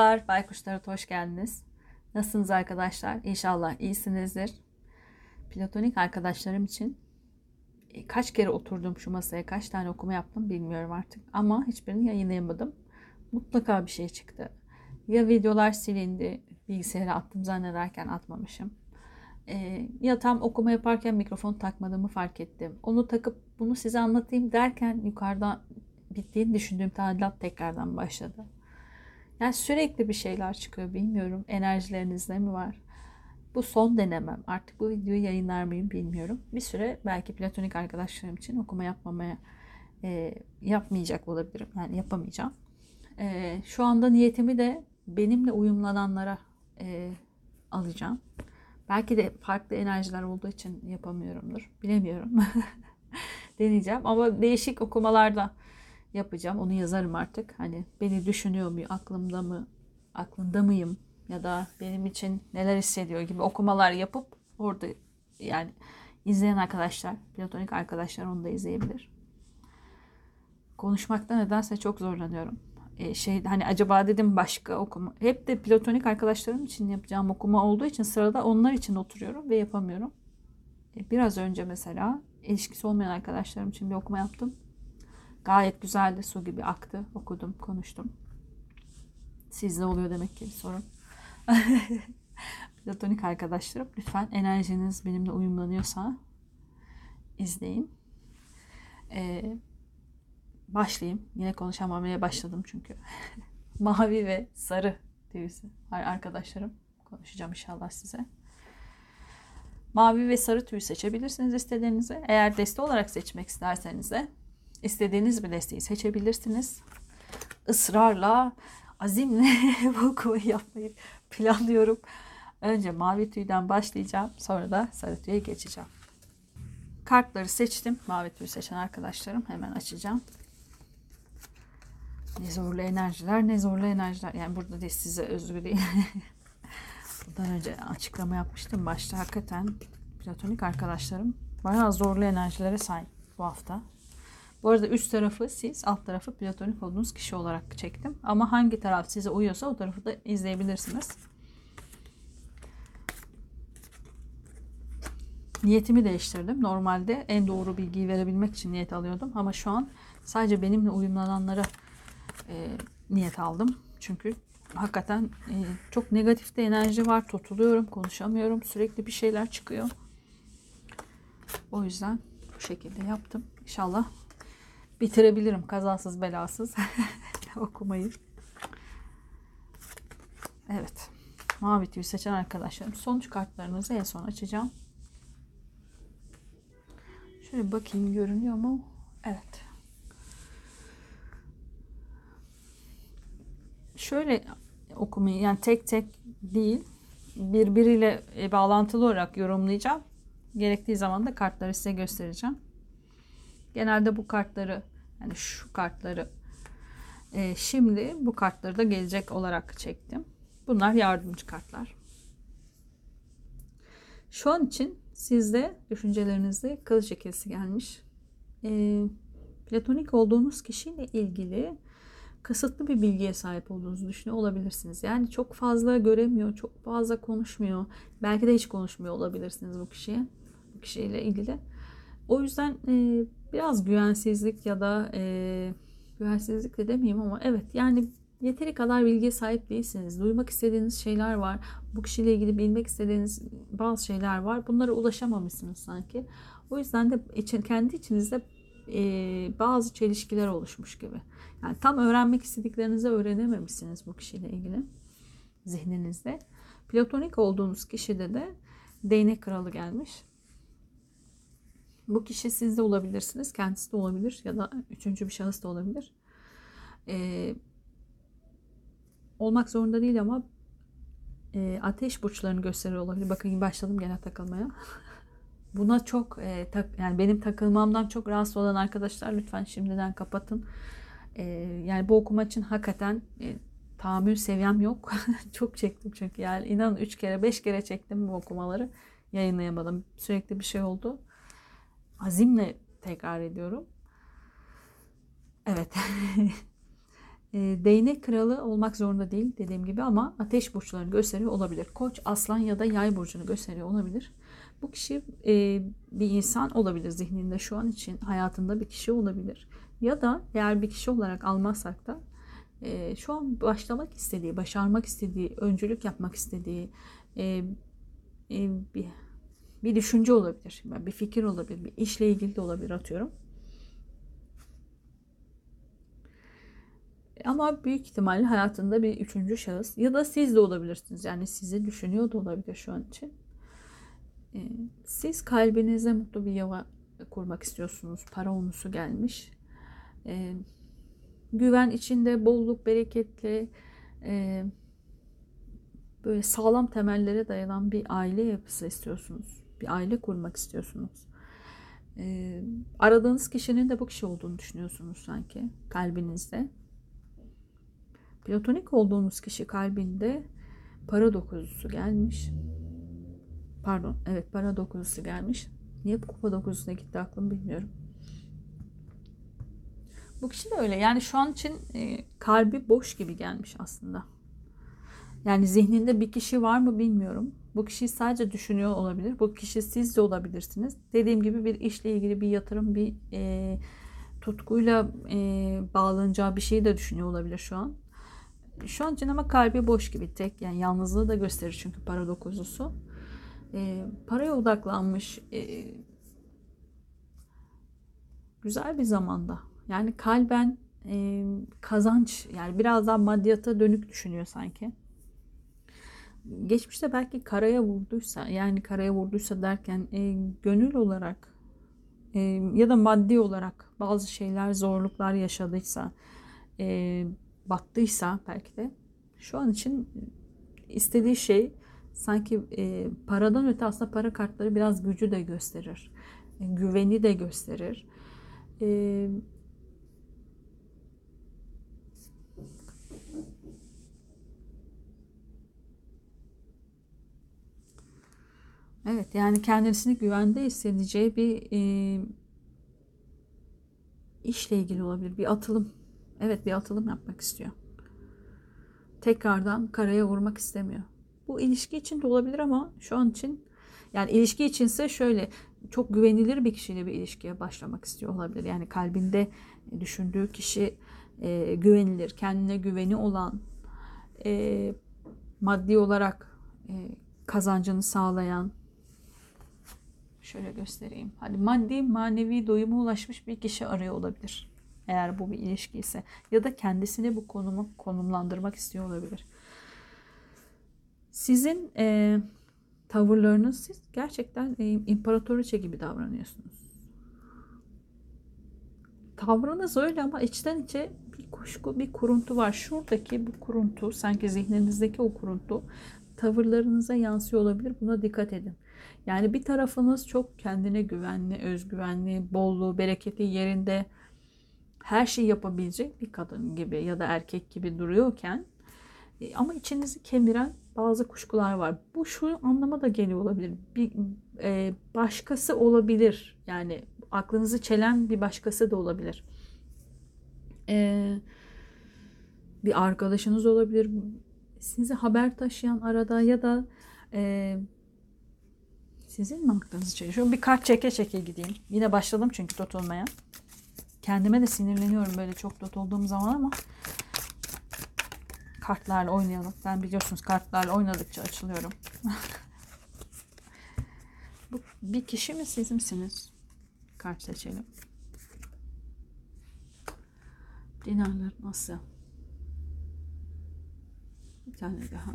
Merhabalar, Baykuş Tarot'a hoş geldiniz. Nasılsınız arkadaşlar? İnşallah iyisinizdir. Platonik arkadaşlarım için kaç kere oturdum şu masaya, kaç tane okuma yaptım bilmiyorum artık. Ama hiçbirini yayınlayamadım. Mutlaka bir şey çıktı. Ya videolar silindi, bilgisayara attım zannederken atmamışım. Ya tam okuma yaparken mikrofon takmadığımı fark ettim. Onu takıp bunu size anlatayım derken yukarıda bittiğini düşündüğüm tadilat tekrardan başladı. Yani sürekli bir şeyler çıkıyor. Bilmiyorum enerjilerinizde mi var? Bu son denemem. Artık bu videoyu yayınlar mıyım bilmiyorum. Bir süre belki platonik arkadaşlarım için okuma yapmayacak olabilirim. Yani yapamayacağım. Şu anda niyetimi de benimle uyumlananlara alacağım. Belki de farklı enerjiler olduğu için yapamıyorumdur. Bilemiyorum. Deneyeceğim ama değişik okumalarda yapacağım. Onu yazarım artık. Hani beni düşünüyor mu, aklında mıyım ya da benim için neler hissediyor gibi okumalar yapıp orada yani izleyen arkadaşlar, platonik arkadaşlar onu da izleyebilir. Konuşmakta nedense çok zorlanıyorum. Hani acaba dedim başka okuma. Hep de platonik arkadaşlarım için yapacağım okuma olduğu için sırada onlar için oturuyorum ve yapamıyorum. Biraz önce mesela ilişkisi olmayan arkadaşlarım için bir okuma yaptım. Gayet güzeldi, su gibi aktı. Okudum, konuştum. Sizde oluyor demek ki bir sorun. Platonik arkadaşlarım, lütfen enerjiniz benimle uyumlanıyorsa izleyin. Başlayayım. Yine konuşamamaya başladım çünkü. Mavi ve sarı tüyüsü arkadaşlarım. Konuşacağım inşallah size. Mavi ve sarı tüyü seçebilirsiniz istediğinizi. Eğer deste olarak seçmek isterseniz de istediğiniz bir desteği seçebilirsiniz. Israrla, azimle bu okumayı yapmayı planlıyorum. Önce mavi tüyden başlayacağım. Sonra da sarı tüye geçeceğim. Kartları seçtim. Mavi tüyü seçen arkadaşlarım hemen açacağım. Ne zorlu enerjiler, ne zorlu enerjiler. Yani burada değil, size özgü değil. Bundan önce açıklama yapmıştım. Başta hakikaten platonik arkadaşlarım bayağı zorlu enerjilere sahip bu hafta. Bu arada üst tarafı siz, alt tarafı platonik olduğunuz kişi olarak çektim. Ama hangi taraf size uyuyorsa o tarafı da izleyebilirsiniz. Niyetimi değiştirdim. Normalde en doğru bilgiyi verebilmek için niyet alıyordum. Ama şu an sadece benimle uyumlananlara niyet aldım. Çünkü hakikaten çok negatifte enerji var. Tutuluyorum, konuşamıyorum. Sürekli bir şeyler çıkıyor. O yüzden bu şekilde yaptım. İnşallah bitirebilirim kazasız belasız okumayı. Evet. Mavi tüyü seçen arkadaşlarım, sonuç kartlarınızı en son açacağım. Şöyle bakayım görünüyor mu? Evet. Şöyle okumayı yani tek tek değil birbiriyle bağlantılı olarak yorumlayacağım. Gerektiği zaman da kartları size göstereceğim. Genelde bu kartları yani şu kartları şimdi bu kartları da gelecek olarak çektim. Bunlar yardımcı kartlar. Şu an için sizde düşüncelerinizde kılıç ikilisi gelmiş. Platonik olduğunuz kişiyle ilgili kısıtlı bir bilgiye sahip olduğunuzu düşünüyor olabilirsiniz. Yani çok fazla göremiyor, çok fazla konuşmuyor. Belki de hiç konuşmuyor olabilirsiniz bu kişiyle ilgili. O yüzden biraz güvensizlik ya da güvensizlik de demeyeyim ama evet yani yeteri kadar bilgiye sahip değilsiniz. Duymak istediğiniz şeyler var. Bu kişiyle ilgili bilmek istediğiniz bazı şeyler var. Bunlara ulaşamamışsınız sanki. O yüzden de kendi içinizde bazı çelişkiler oluşmuş gibi. Yani tam öğrenmek istediklerinizi öğrenememişsiniz bu kişiyle ilgili zihninizde. Platonik olduğunuz kişide de değnek kralı gelmiş. Bu kişi siz de olabilirsiniz. Kendisi de olabilir ya da üçüncü bir şahıs da olabilir. Olmak zorunda değil ama ateş burçlarını gösteriyor olabilir. Bakın başladım gene takılmaya. Buna çok yani benim takılmamdan çok rahatsız olan arkadaşlar lütfen şimdiden kapatın. Yani bu okuma için hakikaten tahammül seviyem yok. Çok çektim çünkü yani inanın 3 kere 5 kere çektim bu okumaları. Yayınlayamadım. Sürekli bir şey oldu. Azimle tekrar ediyorum. Evet. Değnek kralı olmak zorunda değil dediğim gibi, ama ateş burçlarını gösteriyor olabilir. Koç, aslan ya da yay burcunu gösteriyor olabilir. Bu kişi bir insan olabilir zihninde şu an için, hayatında bir kişi olabilir. Ya da eğer bir kişi olarak almazsak da şu an başlamak istediği, başarmak istediği, öncülük yapmak istediği e, bir, bir düşünce olabilir. Bir fikir olabilir, bir işle ilgili de olabilir, atıyorum. Ama büyük ihtimalle hayatında bir üçüncü şahıs ya da siz de olabilirsiniz. Yani sizi düşünüyor da olabilir şu an için. Siz kalbinize mutlu bir yuva kurmak istiyorsunuz. Para olmusu gelmiş. Ee, Güven içinde, bolluk, bereketli, e, böyle sağlam temellere dayanan bir aile yapısı istiyorsunuz. Bir aile kurmak istiyorsunuz. Aradığınız kişinin de bu kişi olduğunu düşünüyorsunuz sanki kalbinizde. Platonik olduğunuz kişi kalbinde para dokuzusu gelmiş. Pardon, evet, para dokuzusu gelmiş. Niye bu kupa dokuzusuna gitti aklım bilmiyorum. Bu kişi de öyle. Yani şu an için kalbi boş gibi gelmiş aslında. Yani zihninde bir kişi var mı bilmiyorum. Bu kişiyi sadece düşünüyor olabilir. Bu kişi siz de olabilirsiniz. Dediğim gibi bir işle ilgili bir yatırım, bir tutkuyla bağlanacağı bir şeyi de düşünüyor olabilir şu an. Şu an için ama kalbi boş gibi, tek, yani yalnızlığı da gösterir çünkü para dokuzusu. Paraya odaklanmış, güzel bir zamanda. Yani kalben kazanç, yani biraz daha maddiyata dönük düşünüyor sanki. Geçmişte belki karaya vurduysa, yani karaya vurduysa derken gönül olarak ya da maddi olarak bazı şeyler, zorluklar yaşadıysa, battıysa belki de şu an için istediği şey sanki paradan öte, aslında para kartları biraz gücü de gösterir. Güveni de gösterir. E, evet, yani kendisini güvende hissedeceği bir işle ilgili olabilir. Bir atılım. Evet, bir atılım yapmak istiyor. Tekrardan karaya vurmak istemiyor. Bu ilişki için de olabilir ama şu an için, yani ilişki içinse şöyle, çok güvenilir bir kişiyle bir ilişkiye başlamak istiyor olabilir. Yani kalbinde düşündüğü kişi güvenilir, kendine güveni olan, e, maddi olarak kazancını sağlayan, şöyle göstereyim. Hani maddi manevi doyuma ulaşmış bir kişi arıyor olabilir. Eğer bu bir ilişki ise, ya da kendisini bu konumu konumlandırmak istiyor olabilir. Sizin tavırlarınız, siz gerçekten imparatoriçe gibi davranıyorsunuz. Tavrınız öyle ama içten içe bir kuşku, bir kuruntu var. Şuradaki bu kuruntu, sanki zihninizdeki o kuruntu tavırlarınıza yansıyor olabilir. Buna dikkat edin. Yani bir tarafınız çok kendine güvenli, özgüvenli, bolluğu, bereketi yerinde, her şeyi yapabilecek bir kadın gibi ya da erkek gibi duruyorken ama içinizi kemiren bazı kuşkular var. Bu şu anlama da geliyor olabilir. Bir başkası olabilir. Yani aklınızı çelen bir başkası da olabilir. Bir arkadaşınız olabilir. Size haber taşıyan arada, ya da sizin mi aklınızı çeliyor? Şöyle bir kart çeke çeke gideyim. Yine başladım çünkü dot olmaya. Kendime de sinirleniyorum böyle çok dot olduğum zaman, ama kartlarla oynayalım. Ben biliyorsunuz kartlarla oynadıkça açılıyorum. Bu bir kişi mi, siz misiniz? Kart seçelim. Dinarlar nasıl? Bir tane daha.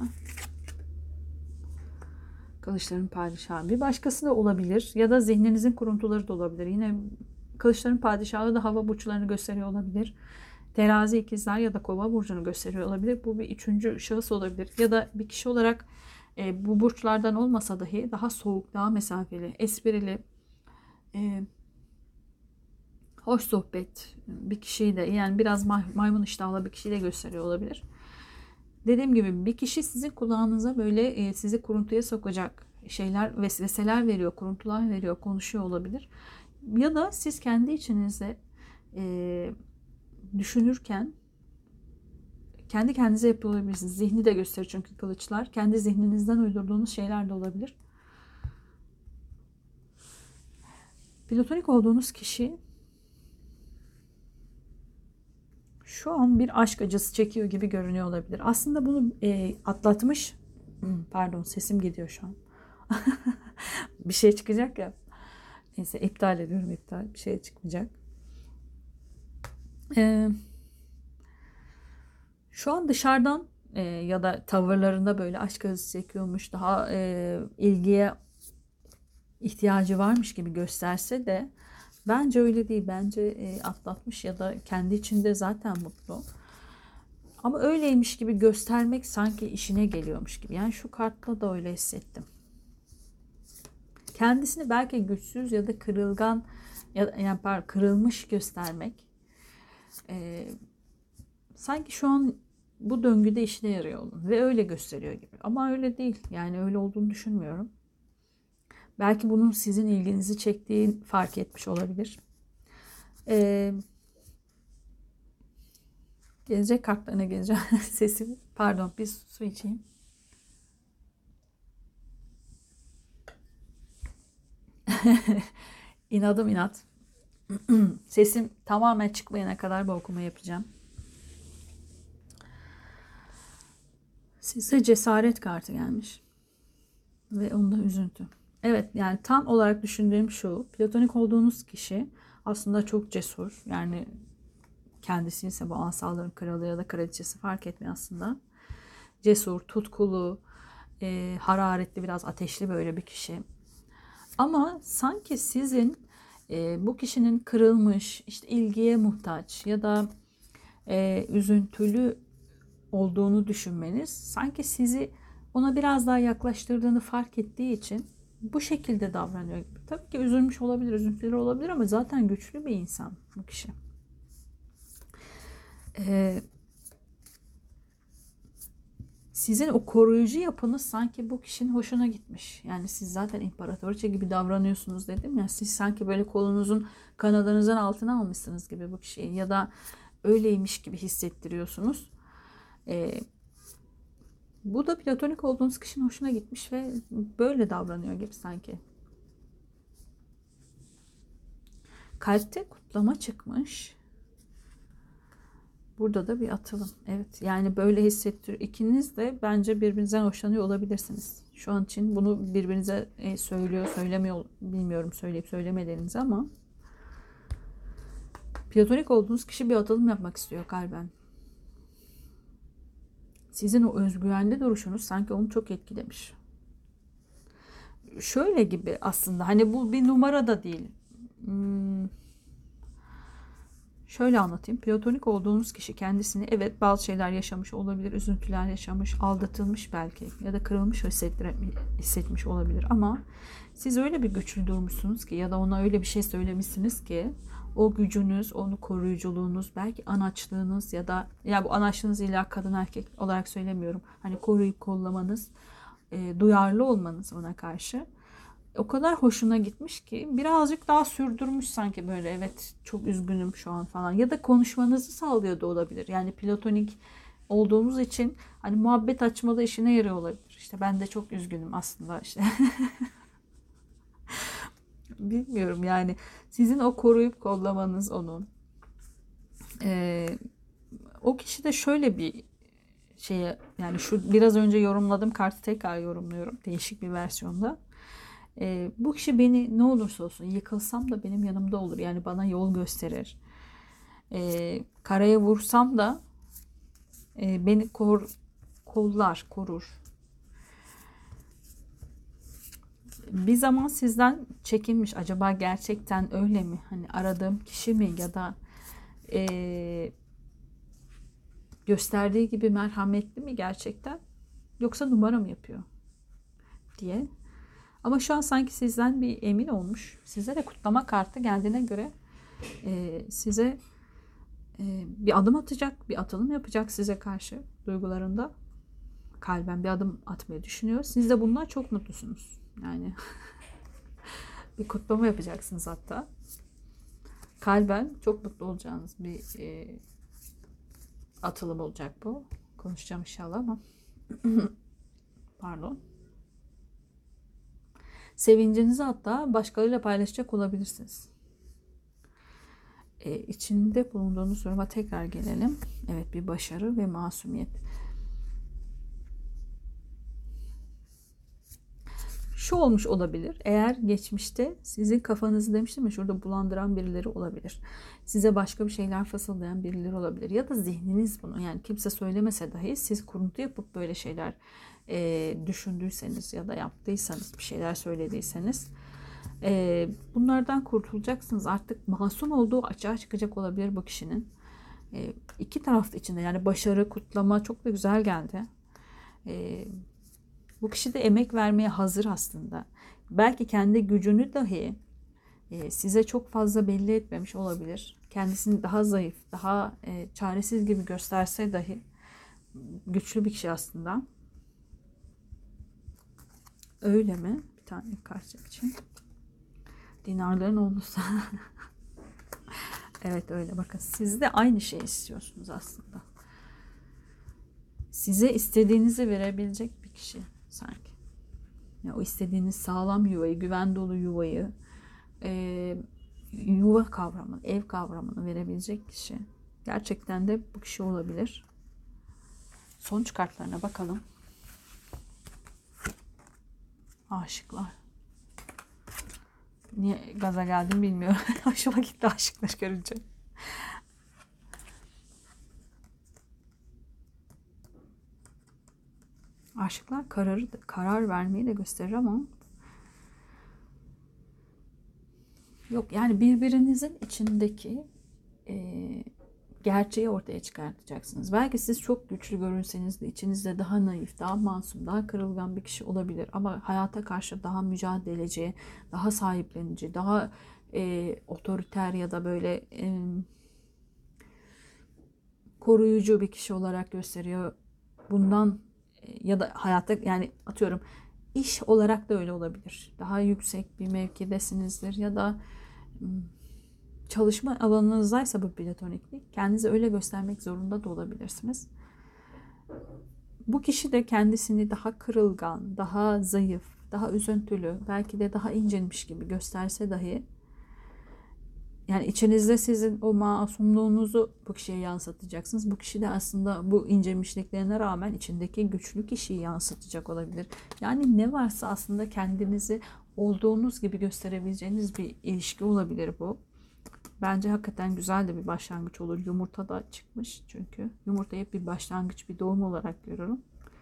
Kılıçların padişahı. Bir başkası da olabilir. Ya da zihninizin kuruntuları da olabilir. Yine kılıçların padişahı da hava burçlarını gösteriyor olabilir. Terazi, ikizler ya da kova burcunu gösteriyor olabilir. Bu bir üçüncü şahıs olabilir. Ya da bir kişi olarak bu burçlardan olmasa dahi daha soğuk, daha mesafeli, esprili, hoş sohbet bir kişiyi de, yani biraz maymun iştahlı bir kişiyi de gösteriyor olabilir. Dediğim gibi bir kişi sizin kulağınıza böyle sizi kuruntuya sokacak şeyler, vesveseler veriyor, kuruntular veriyor, konuşuyor olabilir. Ya da siz kendi içinizde düşünürken kendi kendinize yapıyor olabilirsiniz. Zihni de gösterir çünkü kılıçlar. Kendi zihninizden uydurduğunuz şeyler de olabilir. Platonik olduğunuz kişi şu an bir aşk acısı çekiyor gibi görünüyor olabilir. Aslında bunu atlatmış. Pardon, sesim gidiyor şu an. Bir şey çıkacak ya. Neyse, iptal ediyorum, iptal. Bir şey çıkmayacak. Şu an dışarıdan ya da tavırlarında böyle aşk acısı çekiyormuş, daha ilgiye ihtiyacı varmış gibi gösterse de bence öyle değil. Bence atlatmış ya da kendi içinde zaten mutlu. Ama öyleymiş gibi göstermek sanki işine geliyormuş gibi. Yani şu kartla da öyle hissettim. Kendisini belki güçsüz ya da kırılgan ya da yani kırılmış göstermek sanki şu an bu döngüde işine yarıyor onun ve öyle gösteriyor gibi. Ama öyle değil. Yani öyle olduğunu düşünmüyorum. Belki bunun sizin ilginizi çektiğini fark etmiş olabilir. Gelecek kartlarına geleceğim. Sesim. Pardon, bir su içeyim. İnadım inat. Sesim tamamen çıkmayana kadar bu okuma yapacağım. Size cesaret kartı gelmiş. Ve onda üzüntü. Evet, yani tam olarak düşündüğüm şu. Platonik olduğunuz kişi aslında çok cesur. Yani kendisi ise bu asaların kralı ya da kraliçesi fark etmiyor aslında. Cesur, tutkulu, hararetli, biraz ateşli böyle bir kişi. Ama sanki sizin bu kişinin kırılmış, işte ilgiye muhtaç ya da üzüntülü olduğunu düşünmeniz sanki sizi ona biraz daha yaklaştırdığını fark ettiği için bu şekilde davranıyor gibi. Tabii ki üzülmüş olabilir, üzüntüleri olabilir ama zaten güçlü bir insan bu kişi. Sizin o koruyucu yapınız sanki bu kişinin hoşuna gitmiş. Yani siz zaten imparatoriçe gibi davranıyorsunuz dedim ya. Siz sanki böyle kolunuzun kanadınızın altına almışsınız gibi bu kişiyi. Ya da öyleymiş gibi hissettiriyorsunuz. Bu da platonik olduğunuz kişinin hoşuna gitmiş ve böyle davranıyor gibi sanki. Kalpte kutlama çıkmış. Burada da bir atılım. Evet, yani böyle hissettiriyor. İkiniz de bence birbirinizden hoşlanıyor olabilirsiniz. Şu an için bunu birbirinize söylüyor, söylemiyor bilmiyorum, söyleyip söylemediğinizi ama platonik olduğunuz kişi bir atılım yapmak istiyor kalben. Sizin o özgüvenli duruşunuz sanki onu çok etkilemiş. Şöyle gibi aslında, hani bu bir numara da değil. Şöyle anlatayım. Platonik olduğunuz kişi kendisini evet bazı şeyler yaşamış olabilir, üzüntüler yaşamış, aldatılmış belki ya da kırılmış hissetmiş olabilir ama siz öyle bir güçlü durmuşsunuz ki ya da ona öyle bir şey söylemişsiniz ki o gücünüz, onu koruyuculuğunuz, belki anaçlığınız ya da bu anaçlığınız illa kadın erkek olarak söylemiyorum. Hani koruyup kollamanız, duyarlı olmanız ona karşı o kadar hoşuna gitmiş ki birazcık daha sürdürmüş sanki böyle, evet çok üzgünüm şu an falan ya da konuşmanızı sağlıyor da olabilir. Yani platonik olduğunuz için hani muhabbet açmada işine yarıyor olabilir. İşte ben de çok üzgünüm aslında işte. Bilmiyorum yani sizin o koruyup kollamanız onun. O kişi de şöyle bir şeye, yani şu biraz önce yorumladığım kartı tekrar yorumluyorum değişik bir versiyonda. Bu kişi beni ne olursa olsun yıkılsam da benim yanımda olur. Yani bana yol gösterir. Karaya vursam da beni kollar, korur. Bir zaman sizden çekinmiş. Acaba gerçekten öyle mi? Hani aradığım kişi mi ya da gösterdiği gibi merhametli mi gerçekten? Yoksa numara mı yapıyor diye. Ama şu an sanki sizden bir emin olmuş. Size de kutlama kartı geldiğine göre size bir adım atacak, bir atılım yapacak size karşı duygularında. Kalben bir adım atmayı düşünüyor. Siz de bundan çok mutlusunuz. Yani bir kutlama yapacaksınız hatta. Kalben çok mutlu olacağınız bir atılım olacak bu. Konuşacağım inşallah ama pardon. Sevincinizi hatta başkalarıyla paylaşacak olabilirsiniz. İçinde bulunduğunuz duruma tekrar gelelim. Evet, bir başarı ve masumiyet. Şu olmuş olabilir. Eğer geçmişte sizin kafanızı, demiştim ya, şurada bulandıran birileri olabilir. Size başka bir şeyler fısıldayan birileri olabilir. Ya da zihniniz bunu, yani kimse söylemese dahi siz kuruntu yapıp böyle şeyler düşündüyseniz ya da yaptıysanız, bir şeyler söylediyseniz bunlardan kurtulacaksınız. Artık masum olduğu açığa çıkacak olabilir bu kişinin. İki taraf içinde, yani başarı, kutlama çok da güzel geldi. Bu kişi de emek vermeye hazır aslında. Belki kendi gücünü dahi size çok fazla belli etmemiş olabilir. Kendisini daha zayıf, daha çaresiz gibi gösterse dahi güçlü bir kişi aslında. Öyle mi? Bir tane karşı için. Dinarların olursa. Evet, öyle. Bakın, siz de aynı şeyi istiyorsunuz aslında. Size istediğinizi verebilecek bir kişi sanki. Yani o istediğiniz sağlam yuvayı, güven dolu yuvayı, yuva kavramını, ev kavramını verebilecek kişi. Gerçekten de bu kişi olabilir. Sonuç kartlarına bakalım. Aşıklar. Niye gaza geldim bilmiyorum. Hoşuma gitti aşıklar görünce. Aşıklar karar vermeyi de gösterir ama yok, yani birbirinizin içindeki gerçeği ortaya çıkartacaksınız. Belki siz çok güçlü görünseniz de içinizde daha naif, daha masum, daha kırılgan bir kişi olabilir. Ama hayata karşı daha mücadeleci, daha sahiplenici, daha otoriter ya da böyle koruyucu bir kişi olarak gösteriyor. Bundan ya da hayata, yani atıyorum, iş olarak da öyle olabilir. Daha yüksek bir mevkidesinizdir ya da çalışma alanınızdaysa bu platoniklik, kendinizi öyle göstermek zorunda da olabilirsiniz. Bu kişi de kendisini daha kırılgan, daha zayıf, daha üzüntülü, belki de daha incinmiş gibi gösterse dahi, yani içinizde sizin o masumluğunuzu bu kişiye yansıtacaksınız. Bu kişi de aslında bu incinmişliklerine rağmen içindeki güçlü kişiyi yansıtacak olabilir. Yani ne varsa aslında kendinizi olduğunuz gibi gösterebileceğiniz bir ilişki olabilir bu. Bence hakikaten güzel de bir başlangıç olur. Yumurta da çıkmış çünkü. Yumurtayı hep bir başlangıç, bir doğum olarak görüyorum.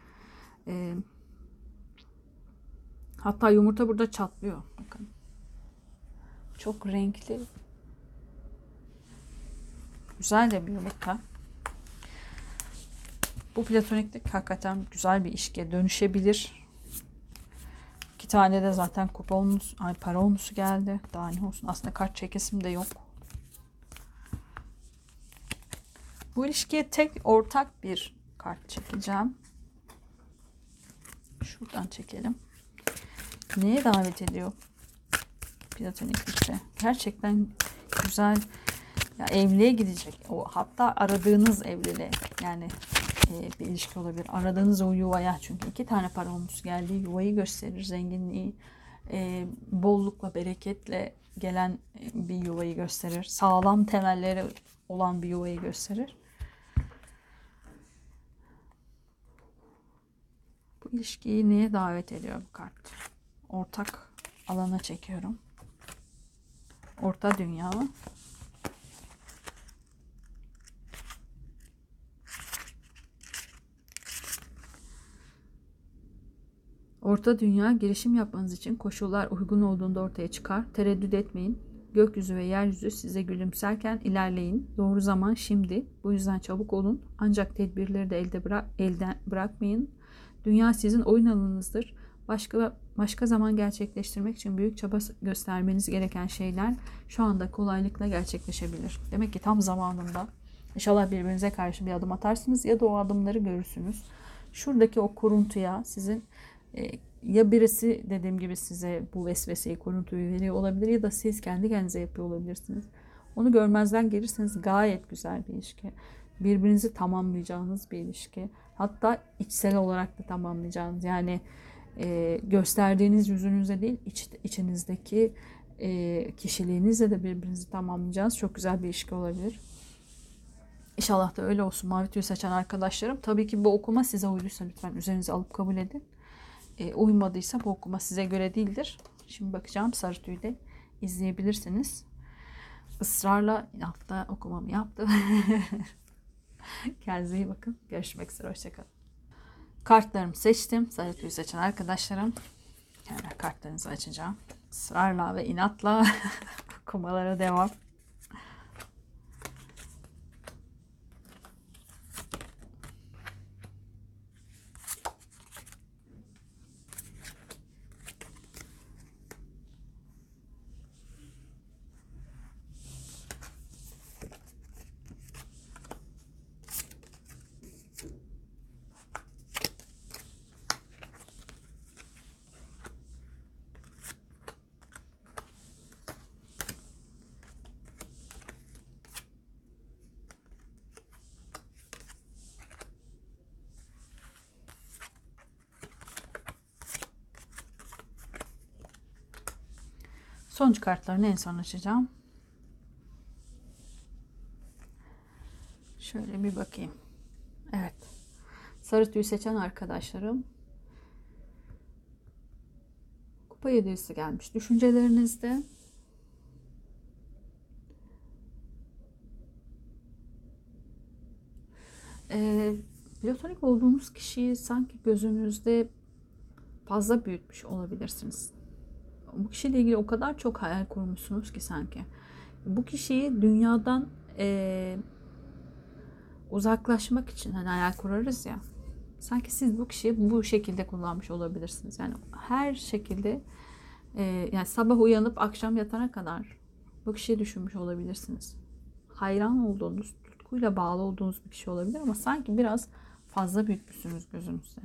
Hatta yumurta burada çatlıyor. Bakın. Çok renkli. Güzel de bir yumurta. Bu platoniklik hakikaten güzel bir ilişkiye dönüşebilir. 2 tane de zaten kupa olmuş, para olmusu geldi. Daha ne olsun. Aslında kart çekesim de yok. Bu ilişkiye tek ortak bir kart çekeceğim. Şuradan çekelim. Neye davet ediyor platoniklikte? Gerçekten güzel. Ya, evliliğe gidecek. O hatta aradığınız evliliğe, yani bir ilişki olabilir. Aradığınız o yuvaya, çünkü 2 tane para olmuş geldiği yuvayı gösterir. Zenginliği, bollukla, bereketle gelen bir yuvayı gösterir. Sağlam temelleri olan bir yuvayı gösterir. Bu ilişkiyi neye davet ediyor bu kart? Ortak alana çekiyorum. Orta dünya mı? Orta dünya, girişim yapmanız için koşullar uygun olduğunda ortaya çıkar. Tereddüt etmeyin. Gökyüzü ve yeryüzü size gülümserken ilerleyin. Doğru zaman şimdi. Bu yüzden çabuk olun. Ancak tedbirleri de elden bırakmayın. Dünya sizin oyun alanınızdır. Başka zaman gerçekleştirmek için büyük çaba göstermeniz gereken şeyler şu anda kolaylıkla gerçekleşebilir. Demek ki tam zamanında. İnşallah birbirinize karşı bir adım atarsınız ya da o adımları görürsünüz. Şuradaki o kuruntuya sizin ya birisi, dediğim gibi, size bu vesveseyi, kuruntuyu veriyor olabilir ya da siz kendi kendinize yapıyor olabilirsiniz. Onu görmezden gelirseniz gayet güzel bir ilişki. Birbirinizi tamamlayacağınız bir ilişki. Hatta içsel olarak da tamamlayacağınız. Yani gösterdiğiniz yüzünüze değil, içinizdeki kişiliğinizle de birbirinizi tamamlayacağınız çok güzel bir ilişki olabilir. İnşallah da öyle olsun mavi tüyü seçen arkadaşlarım. Tabii ki bu okuma size uyduysa lütfen üzerinize alıp kabul edin. Uymadıysa bu okuma size göre değildir. Şimdi bakacağım, sarı tüyü de izleyebilirsiniz. Israrla inatla okumamı yaptım. Kendinize iyi bakın. Görüşmek üzere. Hoşçakalın. Kartlarımı seçtim. Sarı tüyü seçen arkadaşlarım. Hemen kartlarınızı açacağım. Israrla ve inatla okumalara devam. Sonuç kartlarını en son açacağım. Şöyle bir bakayım. Evet. Sarı tüyü seçen arkadaşlarım. Kupa yedilisi gelmiş. Düşüncelerinizde platonik olduğunuz kişiyi sanki gözünüzde fazla büyütmüş olabilirsiniz. Bu kişiyle ilgili o kadar çok hayal kurmuşsunuz ki sanki. Bu kişiyi dünyadan uzaklaşmak için hani hayal kurarız ya. Sanki siz bu kişiyi bu şekilde kullanmış olabilirsiniz. Yani her şekilde yani sabah uyanıp akşam yatana kadar bu kişiyi düşünmüş olabilirsiniz. Hayran olduğunuz, tutkuyla bağlı olduğunuz bir kişi olabilir ama sanki biraz fazla büyütmüşsünüz gözünüzde.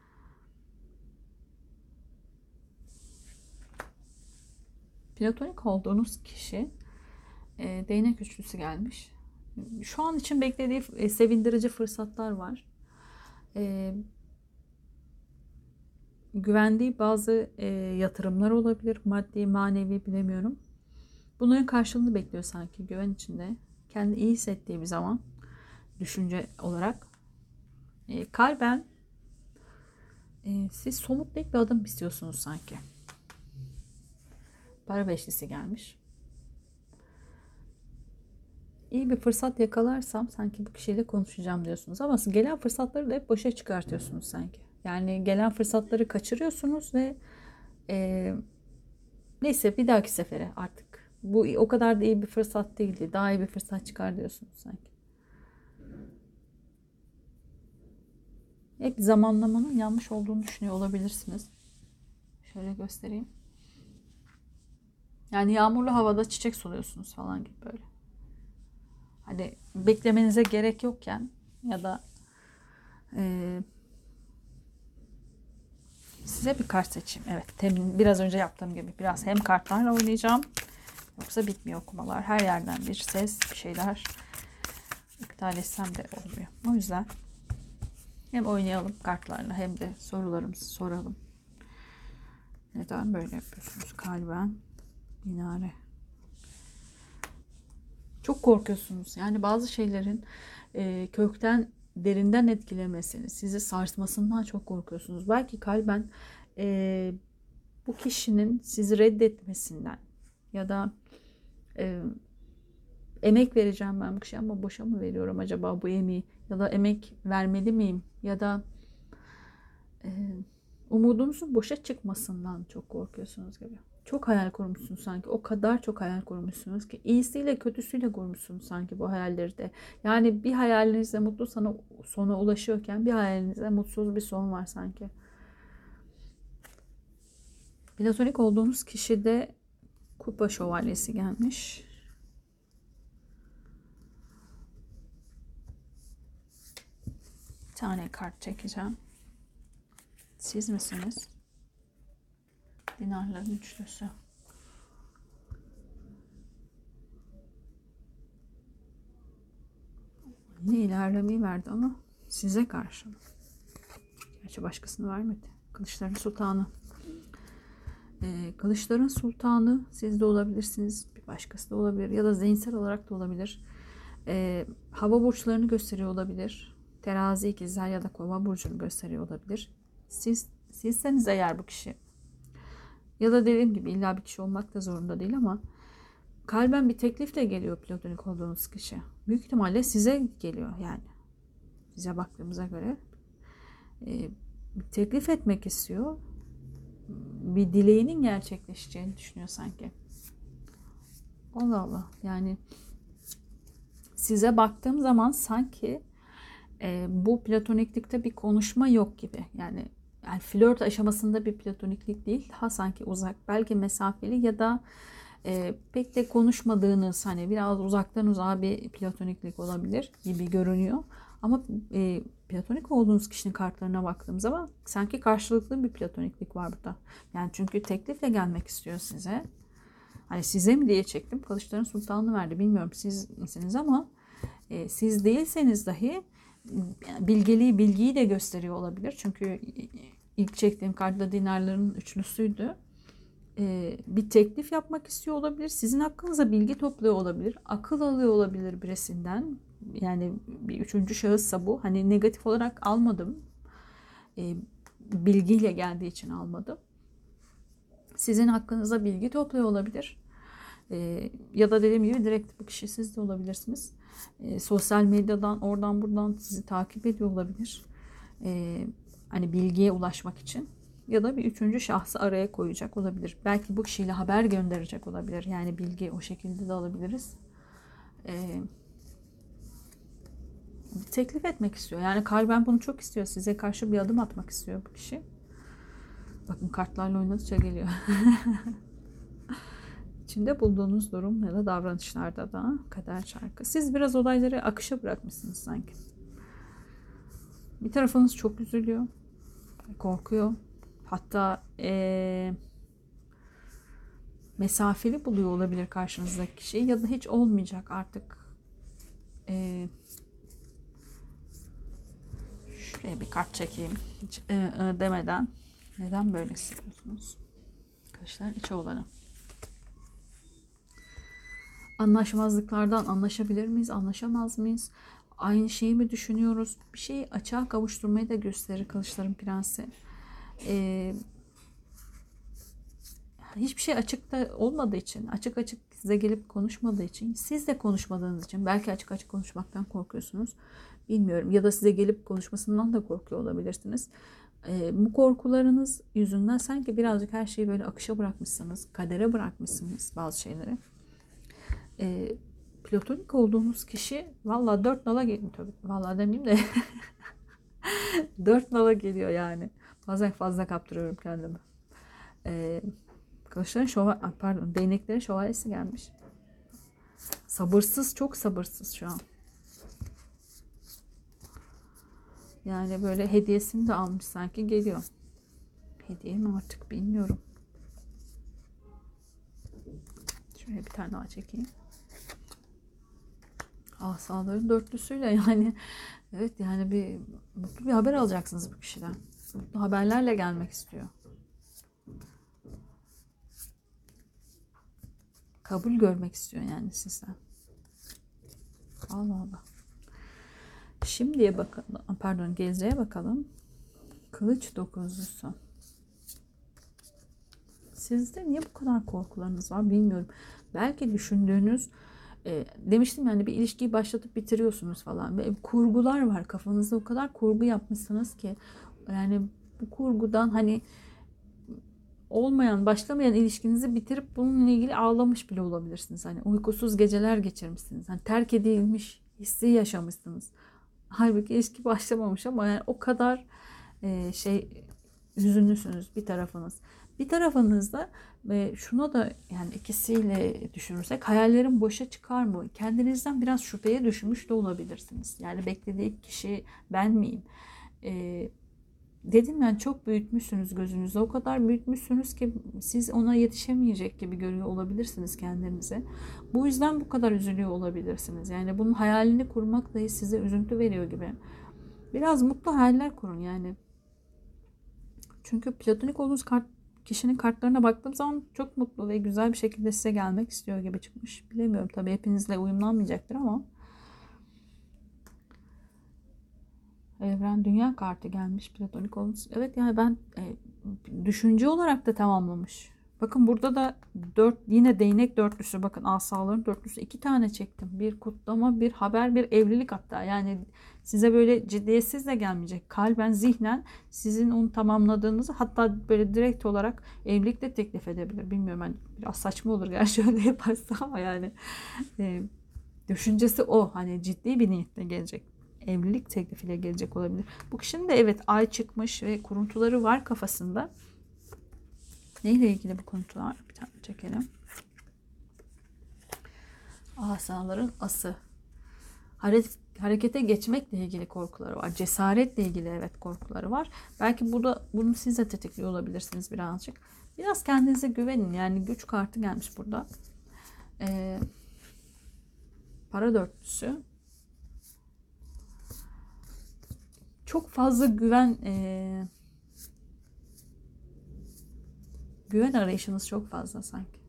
Platonik olduğunuz kişi değnek üçlüsü gelmiş. Şu an için beklediği sevindirici fırsatlar var. Güvendiği bazı yatırımlar olabilir. Maddi, manevi bilemiyorum. Bunların karşılığını bekliyor sanki güven içinde. Kendini iyi hissettiği bir zaman düşünce olarak. Kalben siz somutlayıp bir adım istiyorsunuz sanki. Para beşlisi gelmiş. İyi bir fırsat yakalarsam sanki bu kişiyle konuşacağım diyorsunuz. Ama gelen fırsatları da hep boşa çıkartıyorsunuz sanki. Yani gelen fırsatları kaçırıyorsunuz ve neyse bir dahaki sefere artık. Bu o kadar da iyi bir fırsat değildi. Daha iyi bir fırsat çıkar diyorsunuz sanki. Hep zamanlamanın yanlış olduğunu düşünüyor olabilirsiniz. Şöyle göstereyim. Yani yağmurlu havada çiçek suluyorsunuz falan gibi böyle. Hani beklemenize gerek yokken ya da size bir kart seçeyim. Evet, biraz önce yaptığım gibi biraz hem kartlarla oynayacağım. Yoksa bitmiyor okumalar. Her yerden bir ses, bir şeyler iptal etsem de olmuyor. O yüzden hem oynayalım kartlarla hem de sorularımızı soralım. Neden böyle yapıyorsunuz? Kalben, minare. Çok korkuyorsunuz. Yani bazı şeylerin kökten, derinden etkilemesini, sizi sarsmasından çok korkuyorsunuz. Belki kalben bu kişinin sizi reddetmesinden ya da emek vereceğim ben bu kişiye ama boşa mı veriyorum acaba bu emeği ya da emek vermeli miyim ya da umudunuzun boşa çıkmasından çok korkuyorsunuz gibi. Çok hayal kurmuşsunuz sanki. O kadar çok hayal kurmuşsunuz ki. İyisiyle kötüsüyle kurmuşsunuz sanki bu hayalleri de. Yani bir hayalinizde mutlu sona ulaşıyorken bir hayalinizde mutsuz bir son var sanki. Platonik olduğunuz kişide kupa şövalyesi gelmiş. Bir tane kart çekeceğim. Siz misiniz? Dinarların üçlüsü. Yine ilerlemeyi verdi ama size karşı. Gerçi başkasını vermedi. Kılıçların sultanı. Kılıçların sultanı siz de olabilirsiniz. Bir başkası da olabilir. Ya da zihinsel olarak da olabilir. Hava burçlarını gösteriyor olabilir. Terazi, ikizler ya da kova burcunu gösteriyor olabilir. Sizseniz eğer bu kişi. Ya da dediğim gibi illa bir kişi olmak da zorunda değil ama kalben bir teklifle geliyor platonik olduğunuz kişi. Büyük ihtimalle size geliyor yani. Size baktığımıza göre bir teklif etmek istiyor. Bir dileğinin gerçekleşeceğini düşünüyor sanki. Allah Allah. Yani size baktığım zaman sanki bu platoniklikte bir konuşma yok gibi. Yani flört aşamasında bir platoniklik değil. Daha sanki uzak, belki mesafeli ya da pek de konuşmadığınız, hani biraz uzaktan uzağa bir platoniklik olabilir gibi görünüyor. Ama platonik olduğunuz kişinin kartlarına baktığım zaman sanki karşılıklı bir platoniklik var burada. Yani çünkü teklifle gelmek istiyor size. Hani size mi diye çektim. Kılıçların sultanını verdi. Bilmiyorum siz misiniz ama siz değilseniz dahi bilgiyi de gösteriyor olabilir. Çünkü ilk çektiğim kartta dinarların üçlüsüydü. Bir teklif yapmak istiyor olabilir. Sizin hakkınızda bilgi topluyor olabilir. Akıl alıyor olabilir birisinden. Yani bir üçüncü şahıssa bu. Hani negatif olarak almadım. Bilgiyle geldiği için almadım. Sizin hakkınızda bilgi topluyor olabilir. Ya da dediğim gibi direkt bu kişi siz de olabilirsiniz. Sosyal medyadan oradan buradan sizi takip ediyor olabilir. Hani bilgiye ulaşmak için. Ya da bir üçüncü şahsı araya koyacak olabilir. Belki bu kişiyle haber gönderecek olabilir. Yani bilgi o şekilde de alabiliriz. Teklif etmek istiyor. Yani kalben bunu çok istiyor. Size karşı bir adım atmak istiyor bu kişi. Bakın kartlarla oynadıkça geliyor. İçinde bulduğunuz durum ya da davranışlarda da kader çarkı. Siz biraz olayları akışa bırakmışsınız sanki. Bir tarafınız çok üzülüyor. Korkuyor. Hatta mesafeli buluyor olabilir karşınızdaki kişiyi. Ya da hiç olmayacak artık. Şuraya bir kart çekeyim. Hiç demeden. Neden böyle hissediyorsunuz? Arkadaşlar içi olanı. Anlaşmazlıklardan anlaşabilir miyiz? Anlaşamaz mıyız? Aynı şeyi mi düşünüyoruz? Bir şeyi açığa kavuşturmayı da gösterir Kılıçların Prensi. Hiçbir şey açıkta olmadığı için, açık açık size gelip konuşmadığı için, siz de konuşmadığınız için, belki açık açık konuşmaktan korkuyorsunuz. Bilmiyorum. Ya da size gelip konuşmasından da korkuyor olabilirsiniz. Bu korkularınız yüzünden sanki birazcık her şeyi böyle akışa bırakmışsınız. Kadere bırakmışsınız bazı şeyleri. Platonik olduğunuz kişi valla 4 nala geliyor. Tabii valla demeyeyim de 4 nala geliyor yani. Bazen fazla kaptırıyorum kendimi. Kılıçların değneklerin şövalyesi gelmiş. Sabırsız, çok sabırsız şu an. Yani böyle hediyesini de almış sanki geliyor. Hediye mi artık bilmiyorum. Şöyle bir tane daha çekeyim. Asaların dörtlüsüyle yani evet yani bir mutlu bir haber alacaksınız bu kişiden. Mutlu haberlerle gelmek istiyor. Kabul görmek istiyor yani sizden. Allah Allah. Şimdiye bakalım. Geleceğe bakalım. Kılıç dokuzlusu. Sizde niye bu kadar korkularınız var bilmiyorum. Belki düşündüğünüz demiştim yani bir ilişkiyi başlatıp bitiriyorsunuz falan. Ve kurgular var kafanızda, o kadar kurgu yapmışsınız ki yani bu kurgudan hani başlamayan ilişkinizi bitirip bununla ilgili ağlamış bile olabilirsiniz. Hani uykusuz geceler geçirmişsiniz. Hani terk edilmiş hissi yaşamışsınız. Halbuki ilişki başlamamış ama yani o kadar hüzünlüsünüz bir tarafınız. Bir tarafınızda şuna da yani ikisiyle düşünürsek hayallerin boşa çıkar mı? Kendinizden biraz şüpheye düşmüş de olabilirsiniz. Yani beklediği kişi ben miyim? Dedim yani çok büyütmüşsünüz gözünüzde. O kadar büyütmüşsünüz ki siz ona yetişemeyecek gibi görüyor olabilirsiniz kendinizi. Bu yüzden bu kadar üzülüyor olabilirsiniz. Yani bunun hayalini kurmak dahi size üzüntü veriyor gibi. Biraz mutlu hayaller kurun yani. Çünkü platonik olduğunuz kişinin kartlarına baktığım zaman çok mutlu ve güzel bir şekilde size gelmek istiyor gibi çıkmış. Bilemiyorum tabii hepinizle uyumlanmayacaktır ama. Evren dünya kartı gelmiş platonik olduğunuz. Evet yani ben düşünce olarak da tamamlamış. Bakın burada da 4 yine değnek dörtlüsü, bakın asaların dörtlüsü, 2 tane çektim. Bir kutlama, bir haber, bir evlilik hatta. Yani size böyle ciddiyetsiz de gelmeyecek. Kalben, zihnen sizin onu tamamladığınızı, hatta böyle direkt olarak evlilik de teklif edebilir. Bilmiyorum, ben biraz saçma olur gerçi öyle yaparsa ama yani düşüncesi o, hani ciddi bir niyetle gelecek. Evlilik teklifiyle gelecek olabilir. Bu kişinin de evet ay çıkmış ve kuruntuları var kafasında. Neyle ilgili bu kuruntular? Bir tane çekelim. Asaların ası. Harekete geçmekle ilgili korkuları var. Cesaretle ilgili evet korkuları var. Belki bunu siz de tetikliyor olabilirsiniz birazcık. Biraz kendinize güvenin. Yani güç kartı gelmiş burada. Para dörtlüsü. Çok fazla güven arayışınız çok fazla sanki.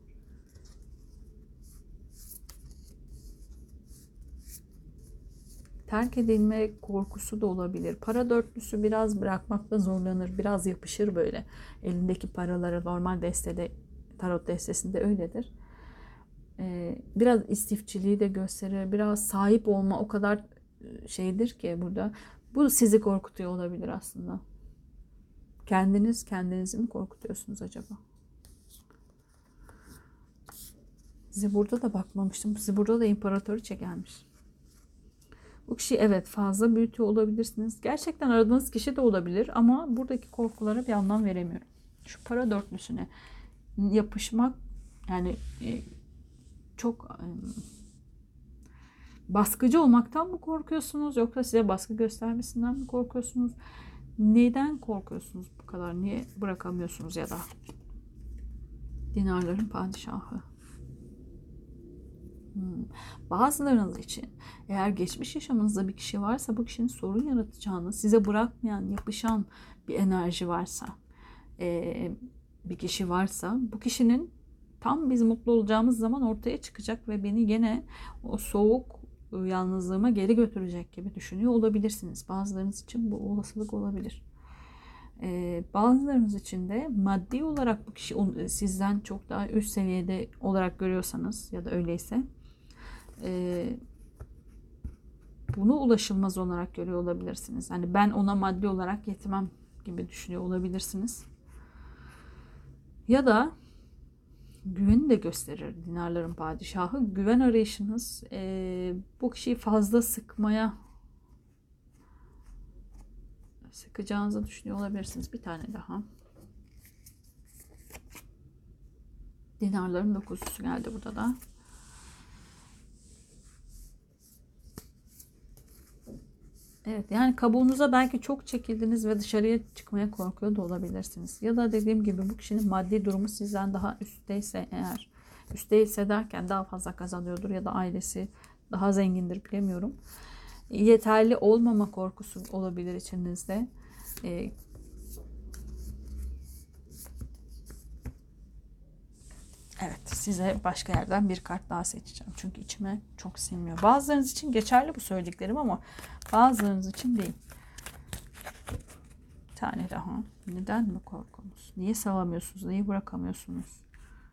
Terk edilme korkusu da olabilir. Para dörtlüsü biraz bırakmakta zorlanır. Biraz yapışır böyle. Elindeki paralara, normal destede, tarot destesinde öyledir. Biraz istifçiliği de gösterir. Biraz sahip olma o kadar şeydir ki burada. Bu sizi korkutuyor olabilir aslında. Kendinizi mi korkutuyorsunuz acaba? Size burada da bakmamıştım. Size burada da imparatoriçe gelmiş. Bu kişi evet fazla büyütüyor olabilirsiniz. Gerçekten aradığınız kişi de olabilir ama buradaki korkulara bir anlam veremiyorum. Şu para dörtlüsüne yapışmak, yani çok baskıcı olmaktan mı korkuyorsunuz, yoksa size baskı göstermesinden mi korkuyorsunuz? Neden korkuyorsunuz bu kadar? Niye bırakamıyorsunuz ya da? Dinarların padişahı. Bazılarınız için eğer geçmiş yaşamınızda bir kişi varsa, bu kişinin sorun yaratacağını, size bırakmayan, yapışan bir enerji varsa, bir kişi varsa, bu kişinin tam biz mutlu olacağımız zaman ortaya çıkacak ve beni gene o soğuk yalnızlığıma geri götürecek gibi düşünüyor olabilirsiniz. Bazılarınız için bu olasılık olabilir. Bazılarınız için de maddi olarak bu kişi sizden çok daha üst seviyede olarak görüyorsanız ya da öyleyse bunu ulaşılmaz olarak görüyor olabilirsiniz. Hani ben ona maddi olarak yetmem gibi düşünüyor olabilirsiniz. Ya da güveni de gösterir dinarların padişahı. Güven arayışınız bu kişiyi fazla sıkacağınızı düşünüyor olabilirsiniz. Bir tane daha. Dinarların dokuzlusu geldi burada da. Evet, yani kabuğunuza belki çok çekildiniz ve dışarıya çıkmaya korkuyor da olabilirsiniz. Ya da dediğim gibi bu kişinin maddi durumu sizden daha üstteyse eğer, üstteyse derken daha fazla kazanıyordur ya da ailesi daha zengindir, bilemiyorum. Yeterli olmama korkusu olabilir içinizde. Evet, size başka yerden bir kart daha seçeceğim. Çünkü içime çok sinmiyor. Bazılarınız için geçerli bu söylediklerim ama bazılarınız için değil. Bir tane daha. Neden mi korkunuz? Niye salamıyorsunuz? Neyi bırakamıyorsunuz?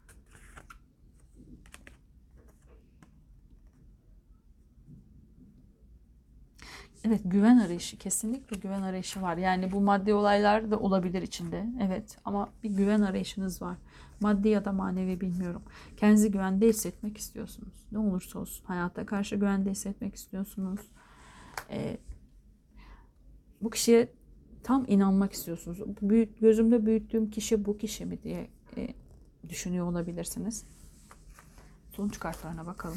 Evet, güven arayışı. Kesinlikle güven arayışı var. Yani bu maddi olaylar da olabilir içinde. Evet, ama bir güven arayışınız var. Maddi ya da manevi bilmiyorum. Kendinizi güvende hissetmek istiyorsunuz. Ne olursa olsun. Hayata karşı güvende hissetmek istiyorsunuz. Bu kişiye tam inanmak istiyorsunuz. Gözümde büyüttüğüm kişi bu kişi mi diye düşünüyor olabilirsiniz. Sonuç kartlarına bakalım.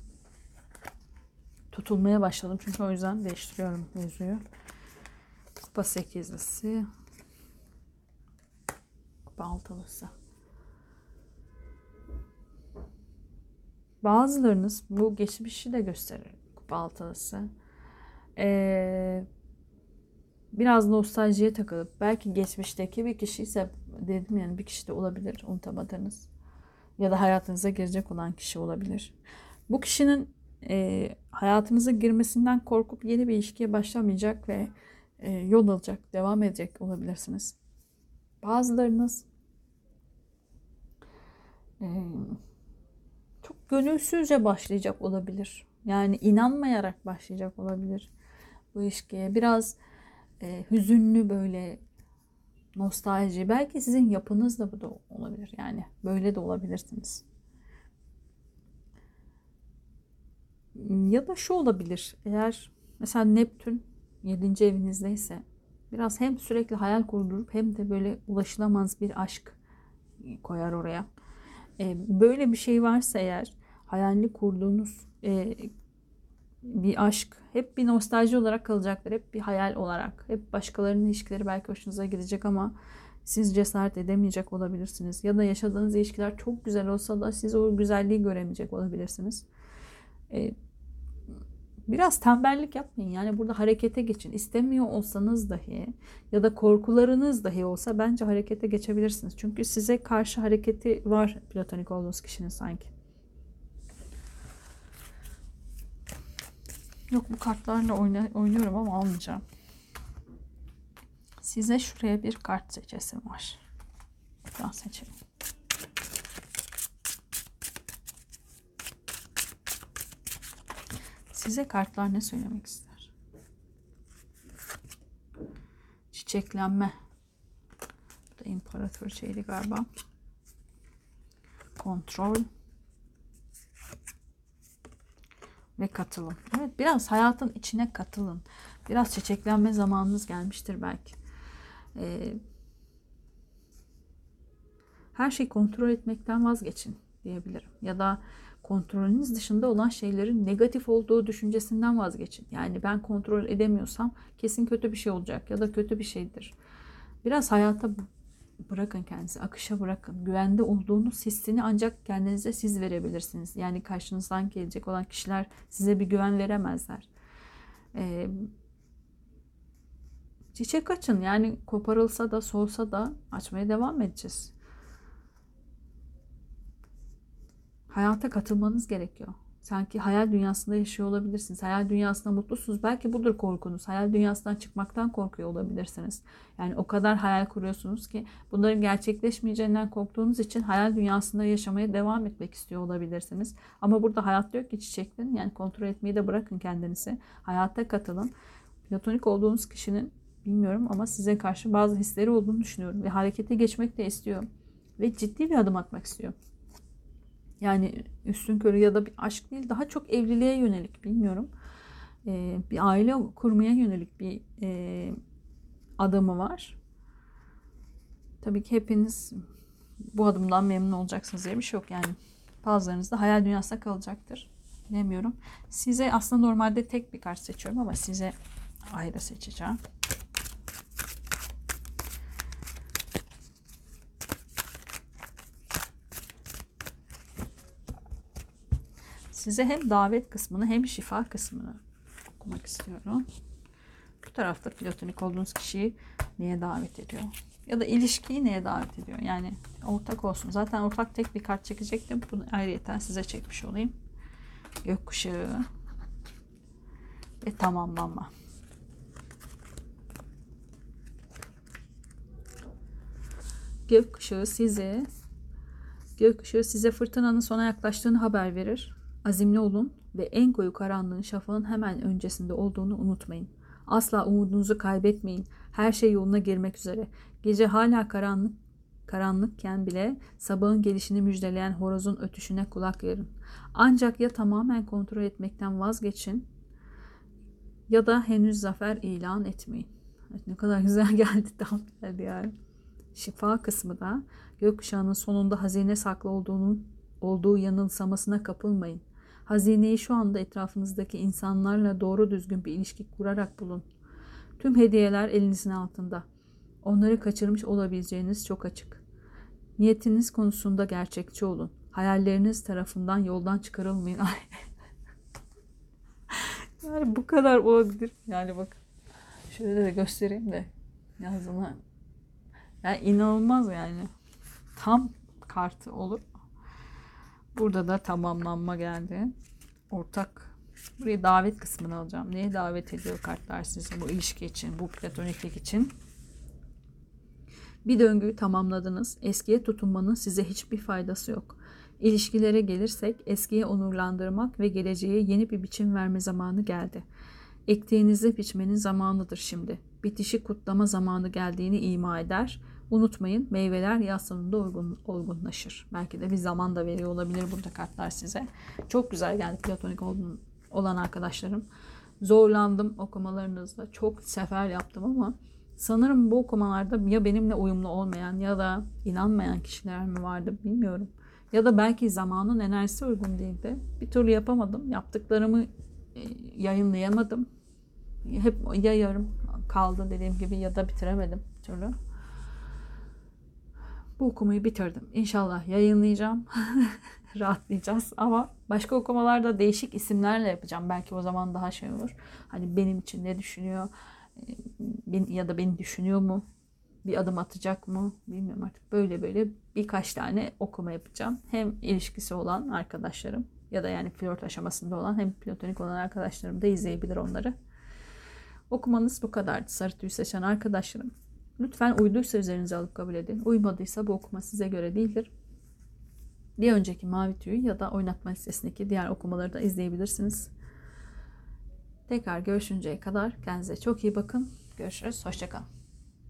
Tutulmaya başladım çünkü o yüzden değiştiriyorum yüzüğü. Kupa sekizlisi. Kupa altılısı. Bazılarınız bu geçmişi de gösterir. Kupa altılısı. Biraz nostaljiye takılıp belki geçmişteki bir kişi ise, dedim yani bir kişi de olabilir unutamadığınız. Ya da hayatınıza girecek olan kişi olabilir. Bu kişinin hayatınıza girmesinden korkup yeni bir ilişkiye başlamayacak ve yol alacak, devam edecek olabilirsiniz. Bazılarınız çok gönülsüzce başlayacak olabilir. Yani inanmayarak başlayacak olabilir bu ilişkiye. Biraz hüzünlü, böyle nostalji. Belki sizin yapınız da bu da olabilir. Yani böyle de olabilirsiniz. Ya da şu olabilir. Eğer mesela Neptün 7. evinizdeyse biraz hem sürekli hayal kurdurup hem de böyle ulaşılamaz bir aşk koyar oraya. Böyle bir şey varsa eğer, hayalini kurduğunuz bir aşk hep bir nostalji olarak kalacaktır. Hep bir hayal olarak. Hep başkalarının ilişkileri belki hoşunuza gidecek ama siz cesaret edemeyecek olabilirsiniz. Ya da yaşadığınız ilişkiler çok güzel olsa da siz o güzelliği göremeyecek olabilirsiniz. Biraz tembellik yapmayın. Yani burada harekete geçin. İstemiyor olsanız dahi ya da korkularınız dahi olsa bence harekete geçebilirsiniz. Çünkü size karşı hareketi var platonik olduğunuz kişinin sanki. Yok, bu kartlarla oynuyorum ama almayacağım. Size şuraya bir kart seçesim var. Buradan seçelim. Size kartlar ne söylemek ister? Çiçeklenme. Bu da imparatoriçeydi galiba. Kontrol. Ve katılın. Evet, biraz hayatın içine katılın. Biraz çiçeklenme zamanınız gelmiştir belki. Her şeyi kontrol etmekten vazgeçin diyebilirim. Ya da kontrolünüz dışında olan şeylerin negatif olduğu düşüncesinden vazgeçin. Yani ben kontrol edemiyorsam kesin kötü bir şey olacak ya da kötü bir şeydir. Biraz hayata bırakın kendinizi, akışa bırakın. Güvende olduğunuz hissini ancak kendinize siz verebilirsiniz. Yani karşınızdan gelecek olan kişiler size bir güven veremezler. Çiçek açın. Yani koparılsa da solsa da açmaya devam edeceğiz. Hayata katılmanız gerekiyor. Sanki hayal dünyasında yaşıyor olabilirsiniz. Hayal dünyasında mutlusunuz. Belki budur korkunuz. Hayal dünyasından çıkmaktan korkuyor olabilirsiniz. Yani o kadar hayal kuruyorsunuz ki bunların gerçekleşmeyeceğinden korktuğunuz için hayal dünyasında yaşamaya devam etmek istiyor olabilirsiniz. Ama burada hayat diyor ki çiçeklerin, yani kontrol etmeyi de bırakın kendinizi. Hayata katılın. Platonik olduğunuz kişinin, bilmiyorum ama size karşı bazı hisleri olduğunu düşünüyorum. Ve harekete geçmek de istiyor. Ve ciddi bir adım atmak istiyor. Yani üstünkörü ya da bir aşk değil, daha çok evliliğe yönelik, bilmiyorum. Bir aile kurmaya yönelik bir adımı var. Tabii ki hepiniz bu adımdan memnun olacaksınız diye bir şey yok. Yani bazılarınız da hayal dünyasında kalacaktır. Bilemiyorum. Size aslında normalde tek bir kart seçiyorum ama size ayrı seçeceğim. Size hem davet kısmını hem şifa kısmını okumak istiyorum. Bu tarafta platonik olduğunuz kişiyi neye davet ediyor? Ya da ilişkiyi neye davet ediyor? Yani ortak olsun. Zaten ortak tek bir kart çekecektim. Bunu ayrıyeten size çekmiş olayım. Gökkuşağı ve tamamlanma. Gökkuşağı size fırtınanın sona yaklaştığını haber verir. Azimli olun ve en koyu karanlığın şafağın hemen öncesinde olduğunu unutmayın. Asla umudunuzu kaybetmeyin. Her şey yoluna girmek üzere. Gece hala karanlıkken bile sabahın gelişini müjdeleyen horozun ötüşüne kulak verin. Ancak ya tamamen kontrol etmekten vazgeçin ya da henüz zafer ilan etmeyin. Evet, ne kadar güzel geldi, tam geldi yani. Şifa kısmı da gökkuşağının sonunda hazine saklı olduğu yanılsamasına kapılmayın. Hazineyi şu anda etrafınızdaki insanlarla doğru düzgün bir ilişki kurarak bulun. Tüm hediyeler elinizin altında. Onları kaçırmış olabileceğiniz çok açık. Niyetiniz konusunda gerçekçi olun. Hayalleriniz tarafından yoldan çıkarılmayın. Yani bu kadar olabilir. Yani bak şöyle de göstereyim de yazına. Yani inanılmaz yani. Tam kartı olur. Burada da tamamlanma geldi. Ortak. Buraya davet kısmını alacağım. Neye davet ediyor kartlar sizi bu ilişki için, bu platoniklik için? Bir döngüyü tamamladınız. Eskiye tutunmanın size hiçbir faydası yok. İlişkilere gelirsek eskiye onurlandırmak ve geleceğe yeni bir biçim verme zamanı geldi. Ektiğinizi biçmenin zamanıdır şimdi. Bitişi kutlama zamanı geldiğini ima eder. Unutmayın, meyveler yaz sonunda olgunlaşır. Belki de bir zaman da veriyor olabilir burada kartlar size. Çok güzel geldi platonik olan arkadaşlarım. Zorlandım okumalarınızda. Çok sefer yaptım ama sanırım bu okumalarda ya benimle uyumlu olmayan ya da inanmayan kişiler mi vardı bilmiyorum. Ya da belki zamanın enerjisi uygun değildi. Bir türlü yapamadım. Yaptıklarımı yayınlayamadım. Hep ya yarım kaldı dediğim gibi ya da bitiremedim bir türlü. Bu okumayı bitirdim. İnşallah yayınlayacağım. Rahatlayacağız ama başka okumalarda değişik isimlerle yapacağım. Belki o zaman daha şey olur. Hani benim için ne düşünüyor ya da beni düşünüyor mu? Bir adım atacak mı? Bilmiyorum artık. Böyle birkaç tane okuma yapacağım. Hem ilişkisi olan arkadaşlarım ya da yani flört aşamasında olan hem platonik olan arkadaşlarım da izleyebilir onları. Okumanız bu kadardı. Sarı tüy seçen arkadaşlarım. Lütfen uyduysa üzerinize alıp kabul edin. Uymadıysa bu okuma size göre değildir. Bir önceki mavi tüyü ya da oynatma listesindeki diğer okumaları da izleyebilirsiniz. Tekrar görüşünceye kadar kendinize çok iyi bakın. Görüşürüz. Hoşça kalın.